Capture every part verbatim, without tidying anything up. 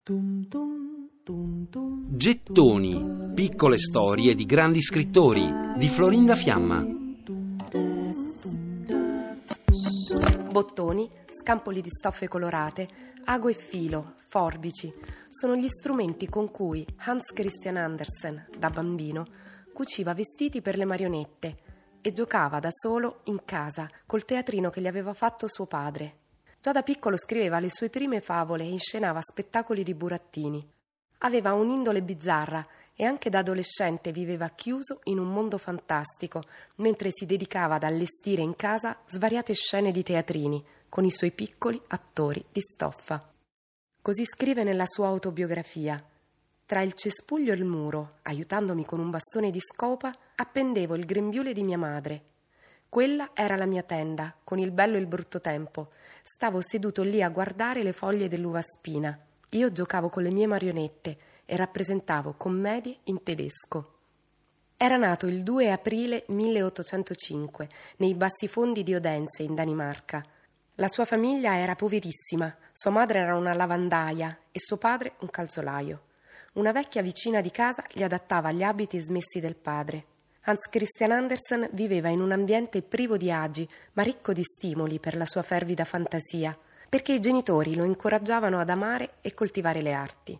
Gettoni, piccole storie di grandi scrittori di Florinda Fiamma. Bottoni, scampoli di stoffe colorate, ago e filo, forbici sono gli strumenti con cui Hans Christian Andersen, da bambino, cuciva vestiti per le marionette e giocava da solo in casa col teatrino che gli aveva fatto suo padre. Già da piccolo scriveva le sue prime favole e inscenava spettacoli di burattini. Aveva un'indole bizzarra e anche da adolescente viveva chiuso in un mondo fantastico, mentre si dedicava ad allestire in casa svariate scene di teatrini con i suoi piccoli attori di stoffa. Così scrive nella sua autobiografia: «Tra il cespuglio e il muro, aiutandomi con un bastone di scopa, appendevo il grembiule di mia madre. Quella era la mia tenda, con il bello e il brutto tempo. Stavo seduto lì a guardare le foglie dell'uvaspina. Io giocavo con le mie marionette e rappresentavo commedie in tedesco». Era nato il due aprile milleottocentocinque nei bassifondi di Odense, in Danimarca. La sua famiglia era poverissima, sua madre era una lavandaia e suo padre un calzolaio. Una vecchia vicina di casa gli adattava gli abiti smessi del padre. Hans Christian Andersen viveva in un ambiente privo di agi, ma ricco di stimoli per la sua fervida fantasia, perché i genitori lo incoraggiavano ad amare e coltivare le arti.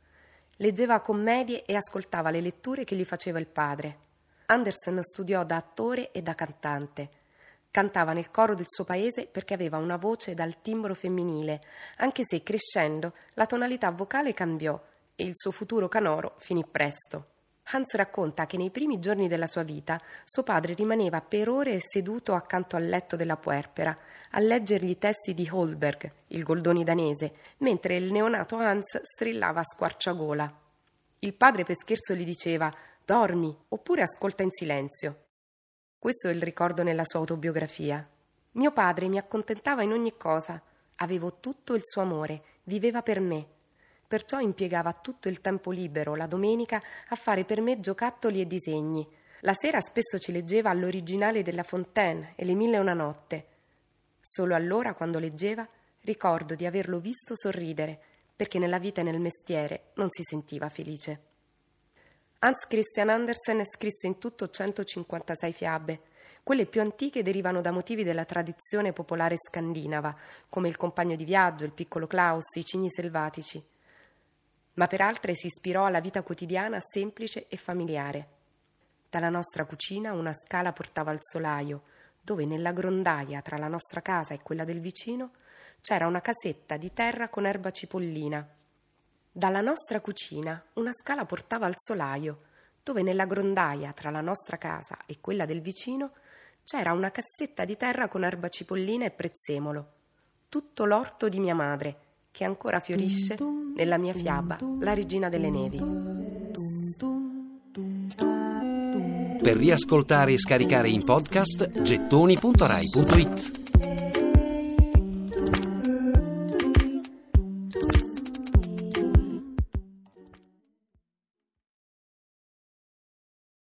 Leggeva commedie e ascoltava le letture che gli faceva il padre. Andersen studiò da attore e da cantante. Cantava nel coro del suo paese perché aveva una voce dal timbro femminile, anche se crescendo la tonalità vocale cambiò e il suo futuro canoro finì presto. Hans racconta che nei primi giorni della sua vita suo padre rimaneva per ore seduto accanto al letto della puerpera a leggergli i testi di Holberg, il Goldoni danese, mentre il neonato Hans strillava a squarciagola. Il padre per scherzo gli diceva: «Dormi, oppure ascolta in silenzio». Questo è il ricordo nella sua autobiografia. «Mio padre mi accontentava in ogni cosa, avevo tutto il suo amore, viveva per me. Perciò impiegava tutto il tempo libero, la domenica, a fare per me giocattoli e disegni. La sera spesso ci leggeva all'originale della Fontaine e Le mille e una notte. Solo allora, quando leggeva, ricordo di averlo visto sorridere, perché nella vita e nel mestiere non si sentiva felice». Hans Christian Andersen scrisse in tutto centocinquantasei fiabe. Quelle più antiche derivano da motivi della tradizione popolare scandinava, come Il compagno di viaggio, Il piccolo Klaus, I cigni selvatici. Ma per altre si ispirò alla vita quotidiana semplice e familiare. Dalla nostra cucina una scala portava al solaio, dove nella grondaia tra la nostra casa e quella del vicino c'era una casetta di terra con erba cipollina. Dalla nostra cucina una scala portava al solaio, dove nella grondaia tra la nostra casa e quella del vicino c'era una cassetta di terra con erba cipollina e prezzemolo. Tutto l'orto di mia madre, che ancora fiorisce nella mia fiaba, La regina delle nevi. Per riascoltare e scaricare in podcast gettoni punto rai punto it.